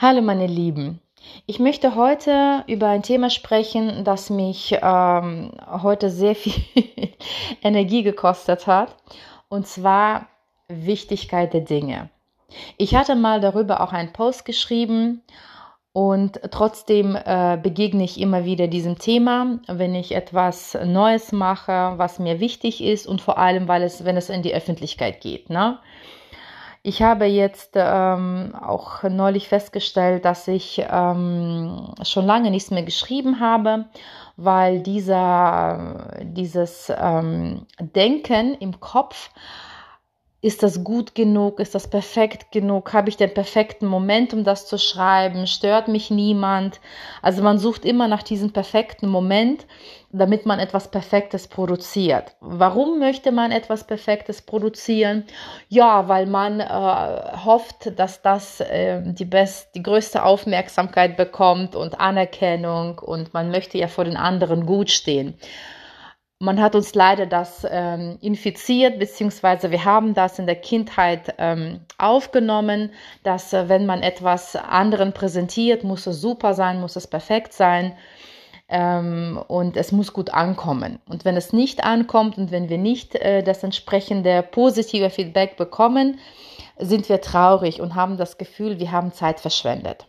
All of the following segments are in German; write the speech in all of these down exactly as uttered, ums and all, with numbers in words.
Hallo meine Lieben, ich möchte heute über ein Thema sprechen, das mich ähm, heute sehr viel Energie gekostet hat, und zwar Wichtigkeit der Dinge. Ich hatte mal darüber auch einen Post geschrieben und trotzdem äh, begegne ich immer wieder diesem Thema, wenn ich etwas Neues mache, was mir wichtig ist, und vor allem, weil es, wenn es in die Öffentlichkeit geht, ne? Ich habe jetzt ähm, auch neulich festgestellt, dass ich ähm, schon lange nichts mehr geschrieben habe, weil dieser, dieses ähm, Denken im Kopf, ist das gut genug, ist das perfekt genug, habe ich den perfekten Moment, um das zu schreiben, stört mich niemand? Also man sucht immer nach diesem perfekten Moment, damit man etwas Perfektes produziert. Warum möchte man etwas Perfektes produzieren? Ja, weil man äh, hofft, dass das äh, die, best, die größte Aufmerksamkeit bekommt und Anerkennung, und man möchte ja vor den anderen gut stehen. Man hat uns leider das ähm, infiziert, beziehungsweise wir haben das in der Kindheit ähm, aufgenommen, dass äh, wenn man etwas anderen präsentiert, muss es super sein, muss es perfekt sein, ähm, und es muss gut ankommen. Und wenn es nicht ankommt und wenn wir nicht äh, das entsprechende positive Feedback bekommen, sind wir traurig und haben das Gefühl, wir haben Zeit verschwendet.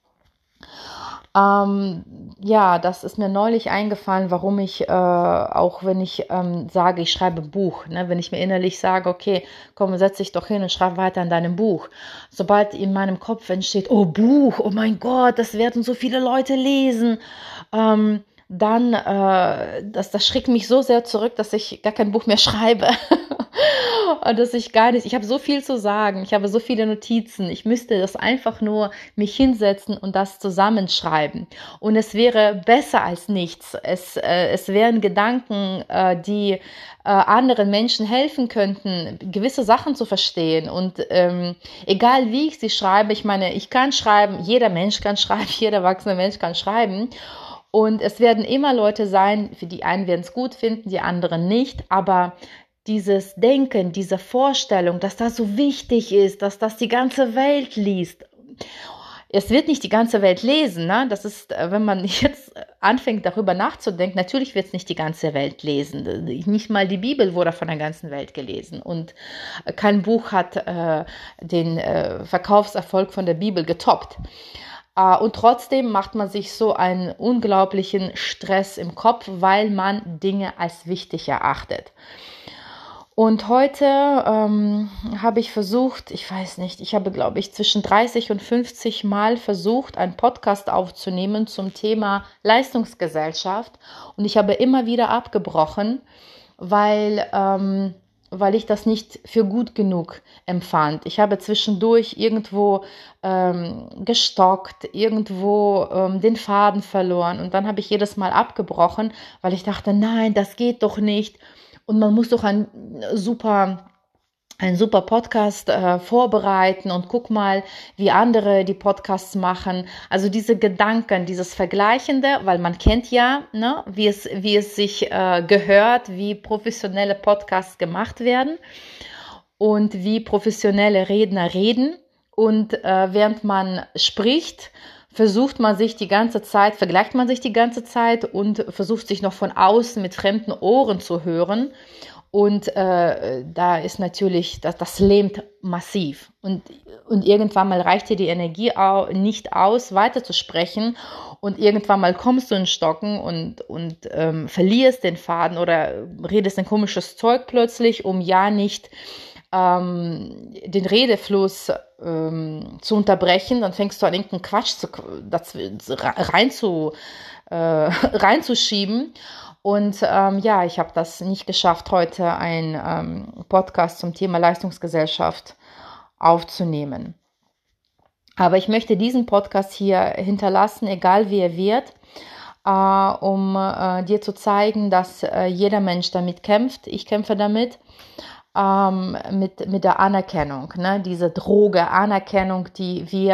Ähm, ja, das ist mir neulich eingefallen, warum ich, äh, auch wenn ich ähm, sage, ich schreibe ein Buch, ne, wenn ich mir innerlich sage, okay, komm, setz dich doch hin und schreib weiter an deinem Buch. Sobald in meinem Kopf entsteht, oh Buch, oh mein Gott, das werden so viele Leute lesen, ähm, dann, äh, das, das schreckt mich so sehr zurück, dass ich gar kein Buch mehr schreibe. Und dass ich gar nicht, ich habe so viel zu sagen, ich habe so viele Notizen, ich müsste das einfach nur mich hinsetzen und das zusammenschreiben. Und es wäre besser als nichts. Es, äh, es wären Gedanken, äh, die äh, anderen Menschen helfen könnten, gewisse Sachen zu verstehen. Und ähm, egal wie ich sie schreibe, ich meine, ich kann schreiben, jeder Mensch kann schreiben, jeder erwachsene Mensch kann schreiben. Und es werden immer Leute sein, für die einen werden es gut finden, die anderen nicht, aber dieses Denken, diese Vorstellung, dass das so wichtig ist, dass das die ganze Welt liest. Es wird nicht die ganze Welt lesen, ne? Das ist, wenn man jetzt anfängt, darüber nachzudenken, natürlich wird es nicht die ganze Welt lesen. Nicht mal die Bibel wurde von der ganzen Welt gelesen. Und kein Buch hat äh, den äh, Verkaufserfolg von der Bibel getoppt. Und trotzdem macht man sich so einen unglaublichen Stress im Kopf, weil man Dinge als wichtig erachtet. Und heute ähm, habe ich versucht, ich weiß nicht, ich habe, glaube ich, zwischen dreißig und fünfzig Mal versucht, einen Podcast aufzunehmen zum Thema Leistungsgesellschaft. Und ich habe immer wieder abgebrochen, weil, ähm, weil ich das nicht für gut genug empfand. Ich habe zwischendurch irgendwo ähm, gestockt, irgendwo ähm, den Faden verloren. Und dann habe ich jedes Mal abgebrochen, weil ich dachte, nein, das geht doch nicht. Und man muss doch ein super, ein super Podcast äh, vorbereiten, und guck mal, wie andere die Podcasts machen. Also diese Gedanken, dieses Vergleichende, weil man kennt ja, ne, wie es, wie es sich äh, gehört, wie professionelle Podcasts gemacht werden und wie professionelle Redner reden. Und äh, während man spricht, versucht man sich die ganze Zeit, vergleicht man sich die ganze Zeit und versucht sich noch von außen mit fremden Ohren zu hören. Und äh, da ist natürlich, das, das lähmt massiv. Und, und irgendwann mal reicht dir die Energie au, nicht aus, weiter zu sprechen. Und irgendwann mal kommst du in Stocken und, und ähm, verlierst den Faden oder redest ein komisches Zeug plötzlich, um ja nicht ähm, den Redefluss ähm, zu unterbrechen. Dann fängst du an, irgendeinen Quatsch zu, das, rein zu, äh, reinzuschieben. Und ähm, ja, ich habe das nicht geschafft, heute einen ähm, Podcast zum Thema Leistungsgesellschaft aufzunehmen. Aber ich möchte diesen Podcast hier hinterlassen, egal wie er wird, äh, um äh, dir zu zeigen, dass äh, jeder Mensch damit kämpft. Ich kämpfe damit. Ähm, mit, mit der Anerkennung, ne? Diese Droge, Anerkennung, die wir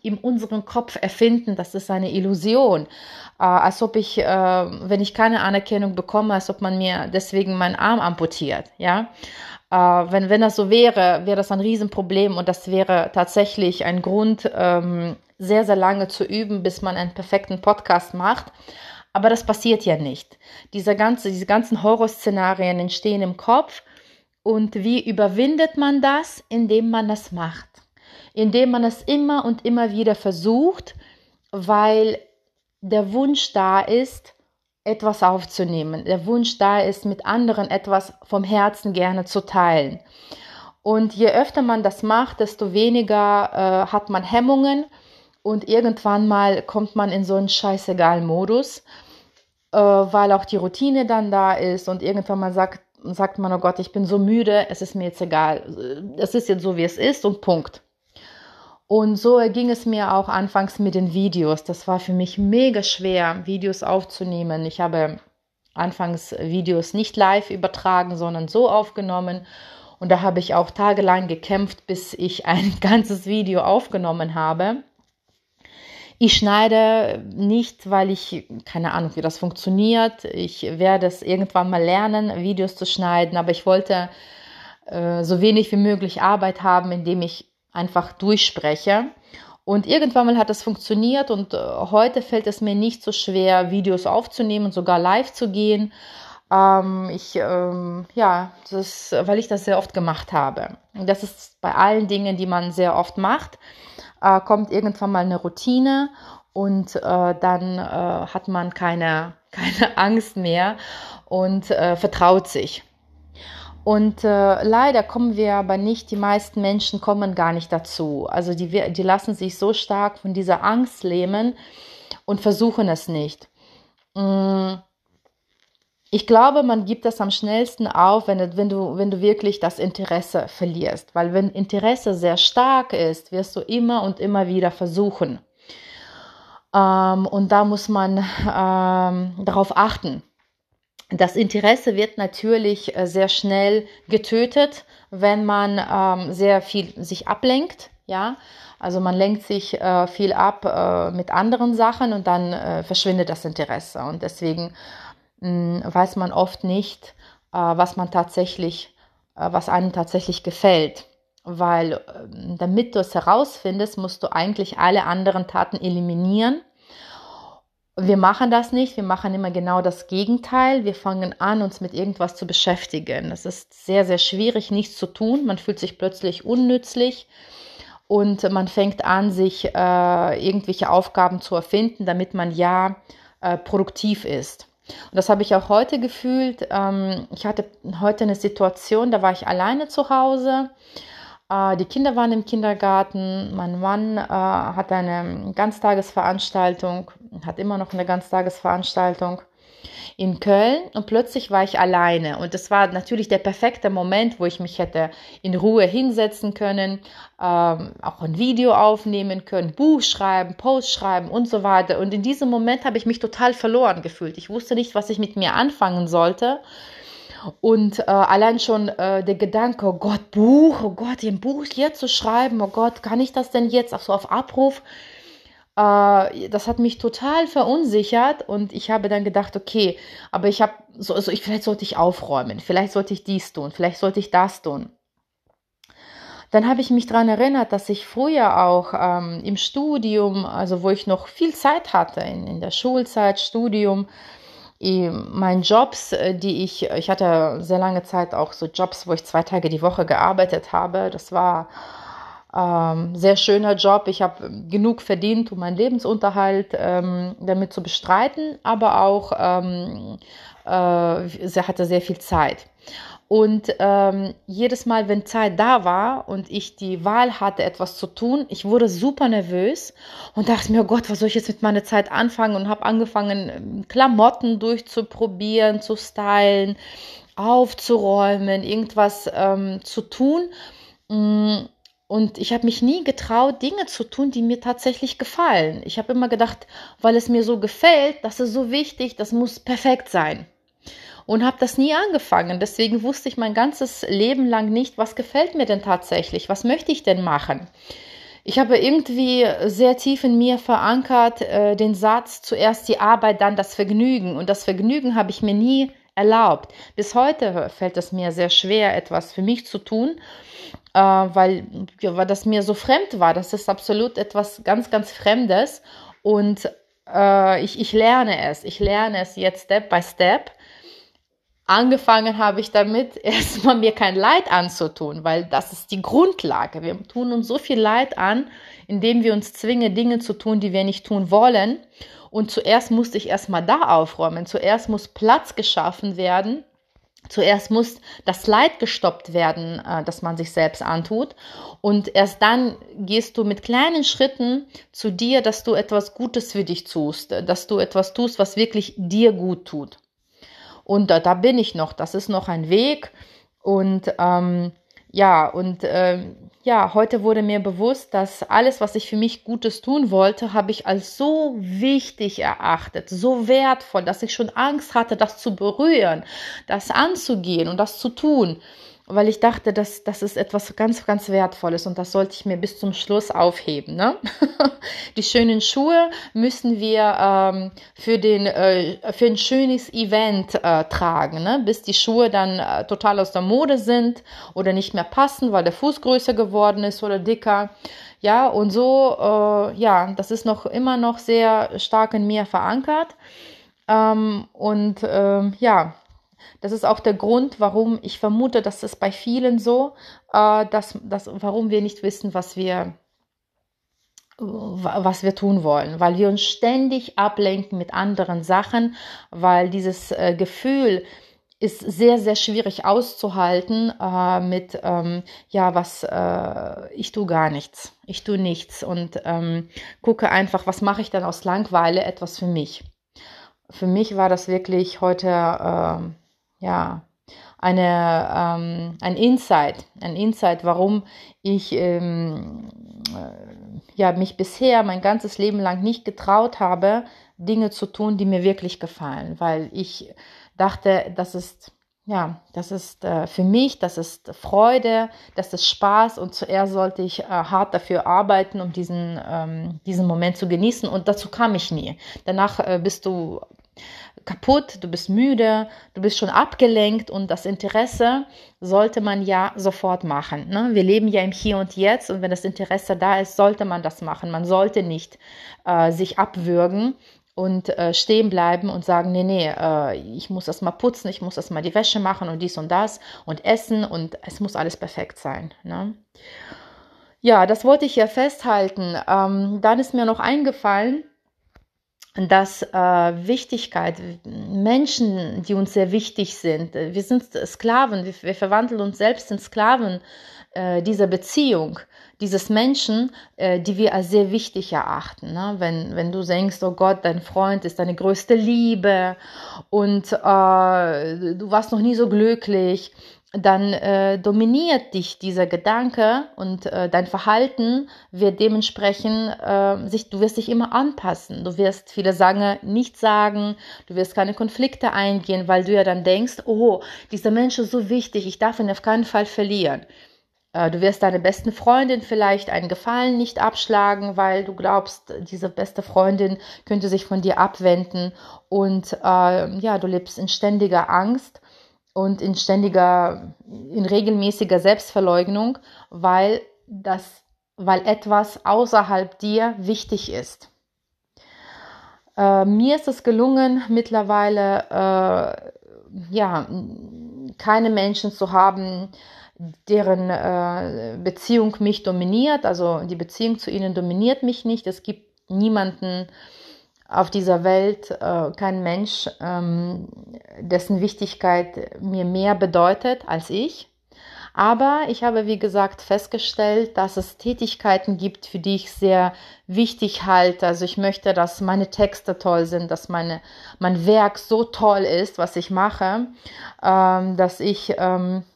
in unserem Kopf erfinden, das ist eine Illusion. Äh, als ob ich, äh, wenn ich keine Anerkennung bekomme, als ob man mir deswegen meinen Arm amputiert, ja. Äh, wenn, wenn das so wäre, wäre das ein Riesenproblem und das wäre tatsächlich ein Grund, ähm, sehr, sehr lange zu üben, bis man einen perfekten Podcast macht. Aber das passiert ja nicht. Diese, ganze, diese ganzen Horrorszenarien entstehen im Kopf. Und wie überwindet man das? Indem man das macht. Indem man es immer und immer wieder versucht, weil der Wunsch da ist, etwas aufzunehmen. Der Wunsch da ist, mit anderen etwas vom Herzen gerne zu teilen. Und je öfter man das macht, desto weniger äh, hat man Hemmungen und irgendwann mal kommt man in so einen scheißegal-Modus, äh, weil auch die Routine dann da ist und irgendwann mal sagt, sagt man, oh Gott, ich bin so müde, es ist mir jetzt egal. Es ist jetzt so, wie es ist und Punkt. Und so ging es mir auch anfangs mit den Videos. Das war für mich mega schwer, Videos aufzunehmen. Ich habe anfangs Videos nicht live übertragen, sondern so aufgenommen. Und da habe ich auch tagelang gekämpft, bis ich ein ganzes Video aufgenommen habe. Ich schneide nicht, weil ich keine Ahnung, wie das funktioniert. Ich werde es irgendwann mal lernen, Videos zu schneiden. Aber ich wollte äh, so wenig wie möglich Arbeit haben, indem ich einfach durchspreche. Und irgendwann mal hat es funktioniert und äh, heute fällt es mir nicht so schwer, Videos aufzunehmen, sogar live zu gehen. Ähm, ich, ähm, ja, das, weil ich das sehr oft gemacht habe. Und das ist bei allen Dingen, die man sehr oft macht, äh, kommt irgendwann mal eine Routine und äh, dann äh, hat man keine, keine Angst mehr und äh, vertraut sich. Und äh, leider kommen wir aber nicht, die meisten Menschen kommen gar nicht dazu. Also die, die lassen sich so stark von dieser Angst lähmen und versuchen es nicht. Ich glaube, man gibt das am schnellsten auf, wenn, wenn, du, wenn du wirklich das Interesse verlierst. Weil wenn Interesse sehr stark ist, wirst du immer und immer wieder versuchen. Ähm, und da muss man ähm, darauf achten. Das Interesse wird natürlich sehr schnell getötet, wenn man ähm, sehr viel sich ablenkt, ja, also man lenkt sich äh, viel ab äh, mit anderen Sachen und dann äh, verschwindet das Interesse und deswegen mh, weiß man oft nicht, äh, was man tatsächlich, äh, was einem tatsächlich gefällt, weil äh, damit du es herausfindest, musst du eigentlich alle anderen Taten eliminieren. Wir machen das nicht, wir machen immer genau das Gegenteil. Wir fangen an, uns mit irgendwas zu beschäftigen. Es ist sehr, sehr schwierig, nichts zu tun. Man fühlt sich plötzlich unnützlich und man fängt an, sich äh, irgendwelche Aufgaben zu erfinden, damit man ja äh, produktiv ist. Und das habe ich auch heute gefühlt. Ähm, ich hatte heute eine Situation, da war ich alleine zu Hause. Die Kinder waren im Kindergarten, mein Mann äh, hat eine Ganztagesveranstaltung, hat immer noch eine Ganztagesveranstaltung in Köln und plötzlich war ich alleine und das war natürlich der perfekte Moment, wo ich mich hätte in Ruhe hinsetzen können, ähm, auch ein Video aufnehmen können, Buch schreiben, Post schreiben und so weiter und in diesem Moment habe ich mich total verloren gefühlt. Ich wusste nicht, was ich mit mir anfangen sollte. Und äh, allein schon äh, der Gedanke, oh Gott, Buch, oh Gott, ein Buch hier zu schreiben, oh Gott, kann ich das denn jetzt auch so auf Abruf? Äh, das hat mich total verunsichert und ich habe dann gedacht, okay, aber ich habe, so, also ich, vielleicht sollte ich aufräumen, vielleicht sollte ich dies tun, vielleicht sollte ich das tun. Dann habe ich mich daran erinnert, dass ich früher auch ähm, im Studium, also wo ich noch viel Zeit hatte, in, in der Schulzeit, Studium, meine Jobs, die ich, ich hatte sehr lange Zeit auch so Jobs, wo ich zwei Tage die Woche gearbeitet habe. Das war ähm, sehr schöner Job. Ich habe genug verdient, um meinen Lebensunterhalt ähm, damit zu bestreiten, aber auch ähm, äh, sie hatte sehr viel Zeit. Und ähm, jedes Mal, wenn Zeit da war und ich die Wahl hatte, etwas zu tun, ich wurde super nervös und dachte mir, oh Gott, was soll ich jetzt mit meiner Zeit anfangen? Und habe angefangen, Klamotten durchzuprobieren, zu stylen, aufzuräumen, irgendwas ähm, zu tun. Und ich habe mich nie getraut, Dinge zu tun, die mir tatsächlich gefallen. Ich habe immer gedacht, weil es mir so gefällt, das ist so wichtig, das muss perfekt sein. Und habe das nie angefangen. Deswegen wusste ich mein ganzes Leben lang nicht, was gefällt mir denn tatsächlich, was möchte ich denn machen. Ich habe irgendwie sehr tief in mir verankert äh, den Satz, zuerst die Arbeit, dann das Vergnügen. Und das Vergnügen habe ich mir nie erlaubt. Bis heute fällt es mir sehr schwer, etwas für mich zu tun, äh, weil, ja, weil das mir so fremd war. Das ist absolut etwas ganz, ganz Fremdes. Und äh, ich, ich lerne es. Ich lerne es jetzt Step by Step. Angefangen habe ich damit, erstmal mir kein Leid anzutun, weil das ist die Grundlage. Wir tun uns so viel Leid an, indem wir uns zwingen, Dinge zu tun, die wir nicht tun wollen. Und zuerst musste ich erstmal da aufräumen. Zuerst muss Platz geschaffen werden. Zuerst muss das Leid gestoppt werden, das man sich selbst antut. Und erst dann gehst du mit kleinen Schritten zu dir, dass du etwas Gutes für dich tust, dass du etwas tust, was wirklich dir gut tut. Und da, da bin ich noch, das ist noch ein Weg. Und ähm, ja, und ähm, ja, heute wurde mir bewusst, dass alles, was ich für mich Gutes tun wollte, habe ich als so wichtig erachtet, so wertvoll, dass ich schon Angst hatte, das zu berühren, das anzugehen und das zu tun. Weil ich dachte, das, das ist etwas ganz, ganz Wertvolles und das sollte ich mir bis zum Schluss aufheben. Ne? Die schönen Schuhe müssen wir ähm, für, den, äh, für ein schönes Event äh, tragen, ne? Bis die Schuhe dann äh, total aus der Mode sind oder nicht mehr passen, weil der Fuß größer geworden ist oder dicker. Ja, und so, äh, ja, das ist noch immer noch sehr stark in mir verankert. Ähm, und ähm, ja, das ist auch der Grund, warum ich vermute, dass es bei vielen so, äh, dass, dass, warum wir nicht wissen, was wir, was wir tun wollen, weil wir uns ständig ablenken mit anderen Sachen, weil dieses äh, Gefühl ist sehr, sehr schwierig auszuhalten äh, mit, ähm, ja, was, äh, ich tue gar nichts, ich tue nichts und ähm, gucke einfach, was mache ich dann aus Langeweile, etwas für mich. Für mich war das wirklich heute, äh, ja, eine, ähm, ein Insight, ein Insight, warum ich ähm, äh, ja, mich bisher mein ganzes Leben lang nicht getraut habe, Dinge zu tun, die mir wirklich gefallen, weil ich dachte, das ist, ja, das ist äh, für mich, das ist Freude, das ist Spaß und zuerst sollte ich äh, hart dafür arbeiten, um diesen, ähm, diesen Moment zu genießen und dazu kam ich nie. Danach äh, bist du kaputt, du bist müde, du bist schon abgelenkt und das Interesse sollte man ja sofort machen. Ne? Wir leben ja im Hier und Jetzt und wenn das Interesse da ist, sollte man das machen. Man sollte nicht äh, sich abwürgen und äh, stehen bleiben und sagen, nee, nee, äh, ich muss das mal putzen, ich muss das mal die Wäsche machen und dies und das und essen und es muss alles perfekt sein. Ne? Ja, das wollte ich ja festhalten. Ähm, dann ist mir noch eingefallen, dass äh, Wichtigkeit, Menschen, die uns sehr wichtig sind, wir sind Sklaven, wir, wir verwandeln uns selbst in Sklaven äh, dieser Beziehung, dieses Menschen, äh, die wir als sehr wichtig erachten. Ne? Wenn, wenn du denkst, oh Gott, dein Freund ist deine größte Liebe und äh, du warst noch nie so glücklich, dann äh, dominiert dich dieser Gedanke und äh, dein Verhalten wird dementsprechend, äh, sich, du wirst dich immer anpassen. Du wirst viele Sachen nicht sagen, du wirst keine Konflikte eingehen, weil du ja dann denkst, oh, dieser Mensch ist so wichtig, ich darf ihn auf keinen Fall verlieren. Äh, du wirst deiner besten Freundin vielleicht einen Gefallen nicht abschlagen, weil du glaubst, diese beste Freundin könnte sich von dir abwenden und äh, ja, du lebst in ständiger Angst und in ständiger, in regelmäßiger Selbstverleugnung, weil das, weil etwas außerhalb dir wichtig ist. Äh, mir ist es gelungen, mittlerweile äh, ja, keine Menschen zu haben, deren äh, Beziehung mich dominiert. Also die Beziehung zu ihnen dominiert mich nicht. Es gibt niemanden auf dieser Welt, äh, kein Mensch, ähm, dessen Wichtigkeit mir mehr bedeutet als ich. Aber ich habe, wie gesagt, festgestellt, dass es Tätigkeiten gibt, für die ich sehr wichtig halte. Also ich möchte, dass meine Texte toll sind, dass meine, mein Werk so toll ist, was ich mache, ähm, dass ich, ähm,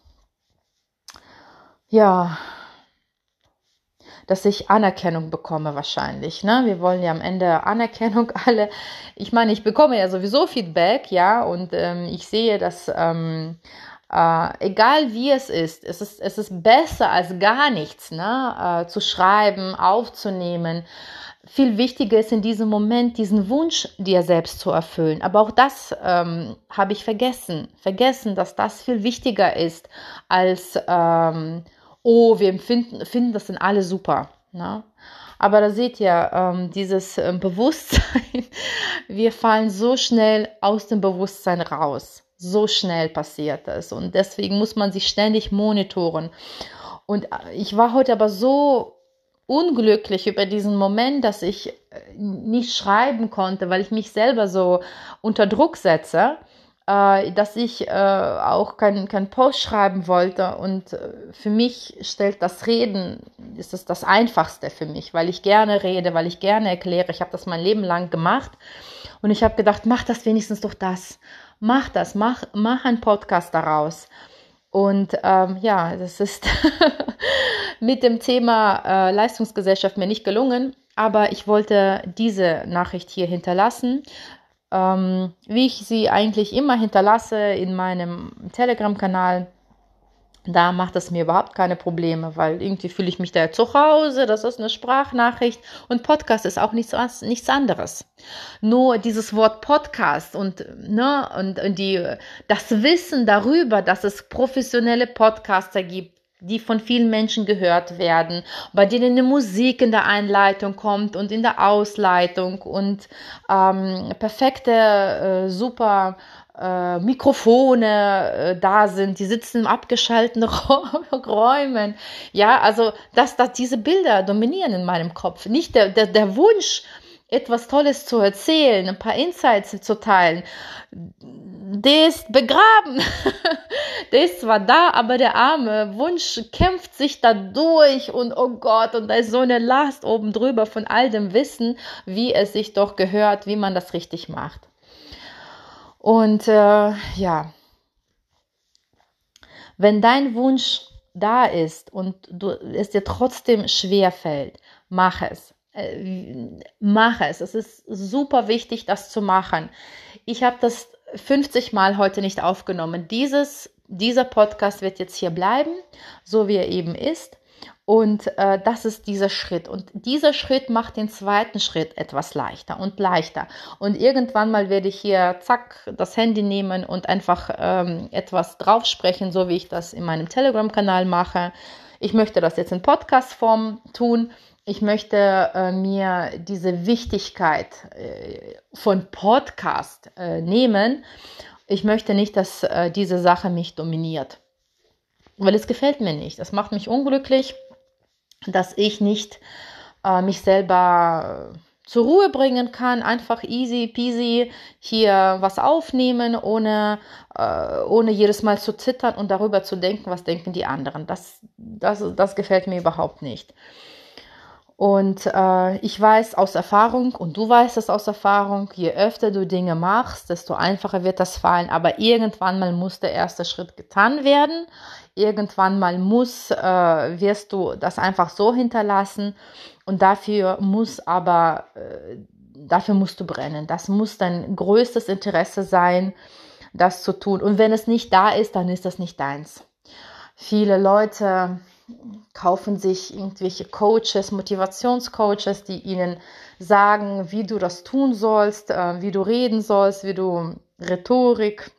ja, dass ich Anerkennung bekomme wahrscheinlich. Ne? Wir wollen ja am Ende Anerkennung alle. Ich meine, ich bekomme ja sowieso Feedback, ja, und ähm, ich sehe, dass, ähm, Äh, egal wie es ist, es ist, es ist besser als gar nichts, ne? Äh, zu schreiben, aufzunehmen. Viel wichtiger ist in diesem Moment, diesen Wunsch dir selbst zu erfüllen. Aber auch das ähm, habe ich vergessen. Vergessen, dass das viel wichtiger ist als, ähm, oh, wir finden, finden das sind alle super. Ne? Aber da seht ihr, ähm, dieses ähm, Bewusstsein, wir fallen so schnell aus dem Bewusstsein raus. So schnell passiert das. Und deswegen muss man sich ständig monitoren. Und ich war heute aber so unglücklich über diesen Moment, dass ich nicht schreiben konnte, weil ich mich selber so unter Druck setze, äh, dass ich äh, auch keinen kein Post schreiben wollte. Und äh, für mich stellt das Reden, ist das das Einfachste für mich, weil ich gerne rede, weil ich gerne erkläre. Ich habe das mein Leben lang gemacht und ich habe gedacht, mach das wenigstens doch das. Mach das, mach, mach einen Podcast daraus. Und ähm, ja, das ist mit dem Thema äh, Leistungsgesellschaft mir nicht gelungen, aber ich wollte diese Nachricht hier hinterlassen, ähm, wie ich sie eigentlich immer hinterlasse in meinem Telegram-Kanal. Da macht es mir überhaupt keine Probleme, weil irgendwie fühle ich mich da zu Hause, das ist eine Sprachnachricht und Podcast ist auch nichts, nichts anderes. Nur dieses Wort Podcast und, ne, und, und die, das Wissen darüber, dass es professionelle Podcaster gibt, die von vielen Menschen gehört werden, bei denen eine Musik in der Einleitung kommt und in der Ausleitung und ähm, perfekte, äh, super äh, Mikrofone äh, da sind, die sitzen in abgeschalteten Räumen. Ja, also dass, dass diese Bilder dominieren in meinem Kopf. Nicht der, der, der Wunsch, etwas Tolles zu erzählen, ein paar Insights zu teilen, der ist begraben. Der ist zwar da, aber der arme Wunsch kämpft sich da durch und oh Gott, und da ist so eine Last oben drüber von all dem Wissen, wie es sich doch gehört, wie man das richtig macht. Und äh, ja, wenn dein Wunsch da ist und du, es dir trotzdem schwer fällt, mach es. Mache es. Es ist super wichtig, das zu machen. Ich habe das fünfzig Mal heute nicht aufgenommen. Dieses, dieser Podcast wird jetzt hier bleiben, so wie er eben ist. Und äh, das ist dieser Schritt. Und dieser Schritt macht den zweiten Schritt etwas leichter und leichter. Und irgendwann mal werde ich hier, zack, das Handy nehmen und einfach ähm, etwas draufsprechen, so wie ich das in meinem Telegram-Kanal mache. Ich möchte das jetzt in Podcast-Form tun. Ich möchte äh, mir diese Wichtigkeit äh, von Podcast äh, nehmen. Ich möchte nicht, dass äh, diese Sache mich dominiert. Weil es gefällt mir nicht. Es macht mich unglücklich, dass ich nicht äh, mich selber zur Ruhe bringen kann, einfach easy peasy hier was aufnehmen, ohne, äh, ohne jedes Mal zu zittern und darüber zu denken, was denken die anderen. Das, das, das gefällt mir überhaupt nicht. Und äh, ich weiß aus Erfahrung, und du weißt es aus Erfahrung, je öfter du Dinge machst, desto einfacher wird das fallen. Aber irgendwann mal muss der erste Schritt getan werden. Irgendwann mal muss, äh, wirst du das einfach so hinterlassen. Und dafür muss aber, äh, dafür musst du brennen. Das muss dein größtes Interesse sein, das zu tun. Und wenn es nicht da ist, dann ist das nicht deins. Viele Leute kaufen sich irgendwelche Coaches, Motivationscoaches, die ihnen sagen, wie du das tun sollst, äh, wie du reden sollst, wie du Rhetorik,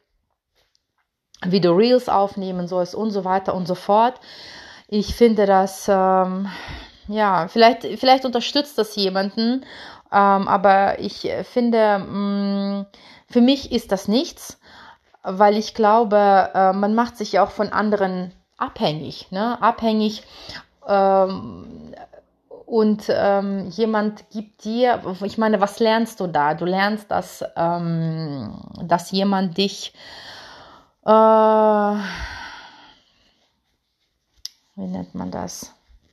wie du Reels aufnehmen sollst und so weiter und so fort. Ich finde das, ähm, ja, vielleicht, vielleicht unterstützt das jemanden, ähm, aber ich finde, mh, für mich ist das nichts, weil ich glaube, äh, man macht sich ja auch von anderen abhängig, ne? Abhängig ähm, und ähm, jemand gibt dir, ich meine, was lernst du da? Du lernst, dass, ähm, dass jemand dich, äh, wie nennt man das?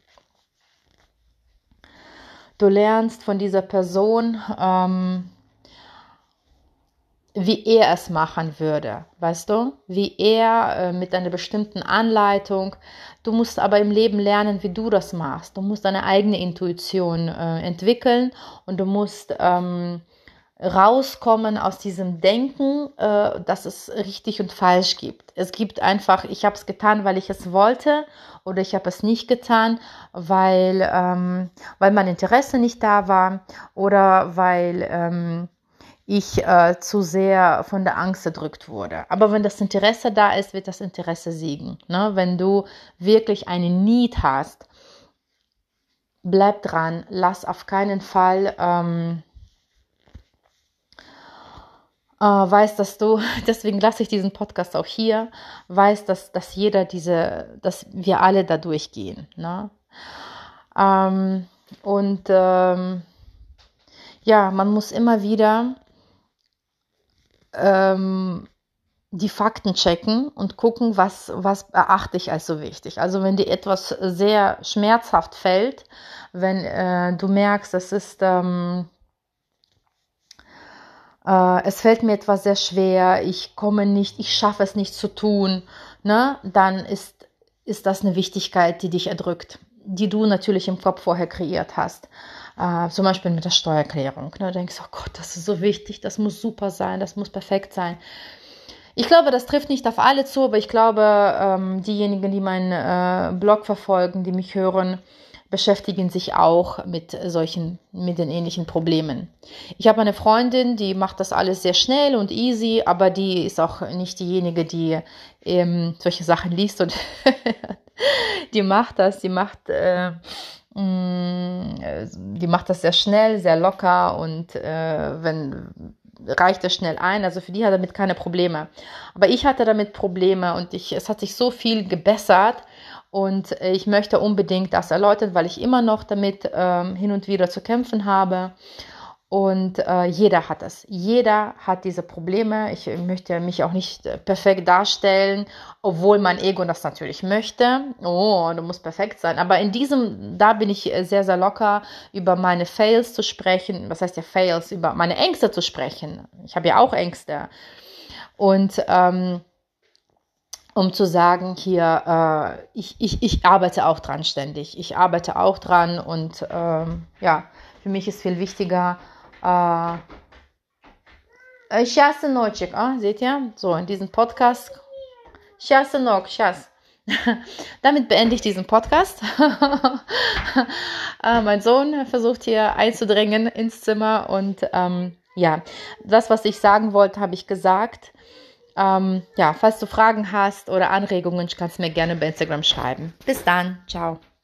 Du lernst von dieser Person, ähm, wie er es machen würde, weißt du? Wie er äh, mit einer bestimmten Anleitung. Du musst aber im Leben lernen, wie du das machst. Du musst deine eigene Intuition äh, entwickeln und du musst ähm, rauskommen aus diesem Denken, äh, dass es richtig und falsch gibt. Es gibt einfach, ich habe es getan, weil ich es wollte, oder ich habe es nicht getan, weil, ähm, weil mein Interesse nicht da war, oder weil ähm, ich äh, zu sehr von der Angst erdrückt wurde. Aber wenn das Interesse da ist, wird das Interesse siegen. Ne? Wenn du wirklich eine Need hast, bleib dran, lass auf keinen Fall ähm, äh, weiß, dass du, deswegen lasse ich diesen Podcast auch hier, weiß, dass, dass jeder diese, dass wir alle da durchgehen. Ne? Ähm, und ähm, ja, man muss immer wieder ähm, die Fakten checken und gucken, was, was erachte ich als so wichtig. Also wenn dir etwas sehr schmerzhaft fällt, wenn äh, du merkst, es ist... Ähm, es fällt mir etwas sehr schwer, ich komme nicht, ich schaffe es nicht zu tun, ne? Dann ist, ist das eine Wichtigkeit, die dich erdrückt, die du natürlich im Kopf vorher kreiert hast. Äh, zum Beispiel mit der Steuererklärung. Ne? Du denkst, oh Gott, das ist so wichtig, das muss super sein, das muss perfekt sein. Ich glaube, das trifft nicht auf alle zu, aber ich glaube, ähm, diejenigen, die meinen äh, Blog verfolgen, die mich hören, beschäftigen sich auch mit solchen, mit den ähnlichen Problemen. Ich habe eine Freundin, die macht das alles sehr schnell und easy, aber die ist auch nicht diejenige, die ähm, solche Sachen liest und die macht das, die macht, äh, mh, die macht das sehr schnell, sehr locker und äh, wenn reicht es schnell ein, also für die hat er damit keine Probleme. Aber ich hatte damit Probleme und ich, es hat sich so viel gebessert. Und ich möchte unbedingt das erläutern, weil ich immer noch damit ähm, hin und wieder zu kämpfen habe. Und äh, jeder hat es. Jeder hat diese Probleme. Ich möchte mich auch nicht perfekt darstellen, obwohl mein Ego das natürlich möchte. Oh, du musst perfekt sein. Aber in diesem, da bin ich sehr, sehr locker, über meine Fails zu sprechen. Was heißt ja Fails? Über meine Ängste zu sprechen. Ich habe ja auch Ängste. Und ähm, um zu sagen, hier, äh, ich, ich, ich arbeite auch dran ständig. Ich arbeite auch dran und ähm, ja, für mich ist viel wichtiger, äh, сейчас, сыночек, ah, seht ihr? So, in diesem Podcast, сейчас, сынок, сейчас. Damit beende ich diesen Podcast. äh, mein Sohn versucht hier einzudringen ins Zimmer und ähm, ja, das, was ich sagen wollte, habe ich gesagt. Ähm, ja, falls du Fragen hast oder Anregungen, kannst du mir gerne bei Instagram schreiben. Bis dann, ciao.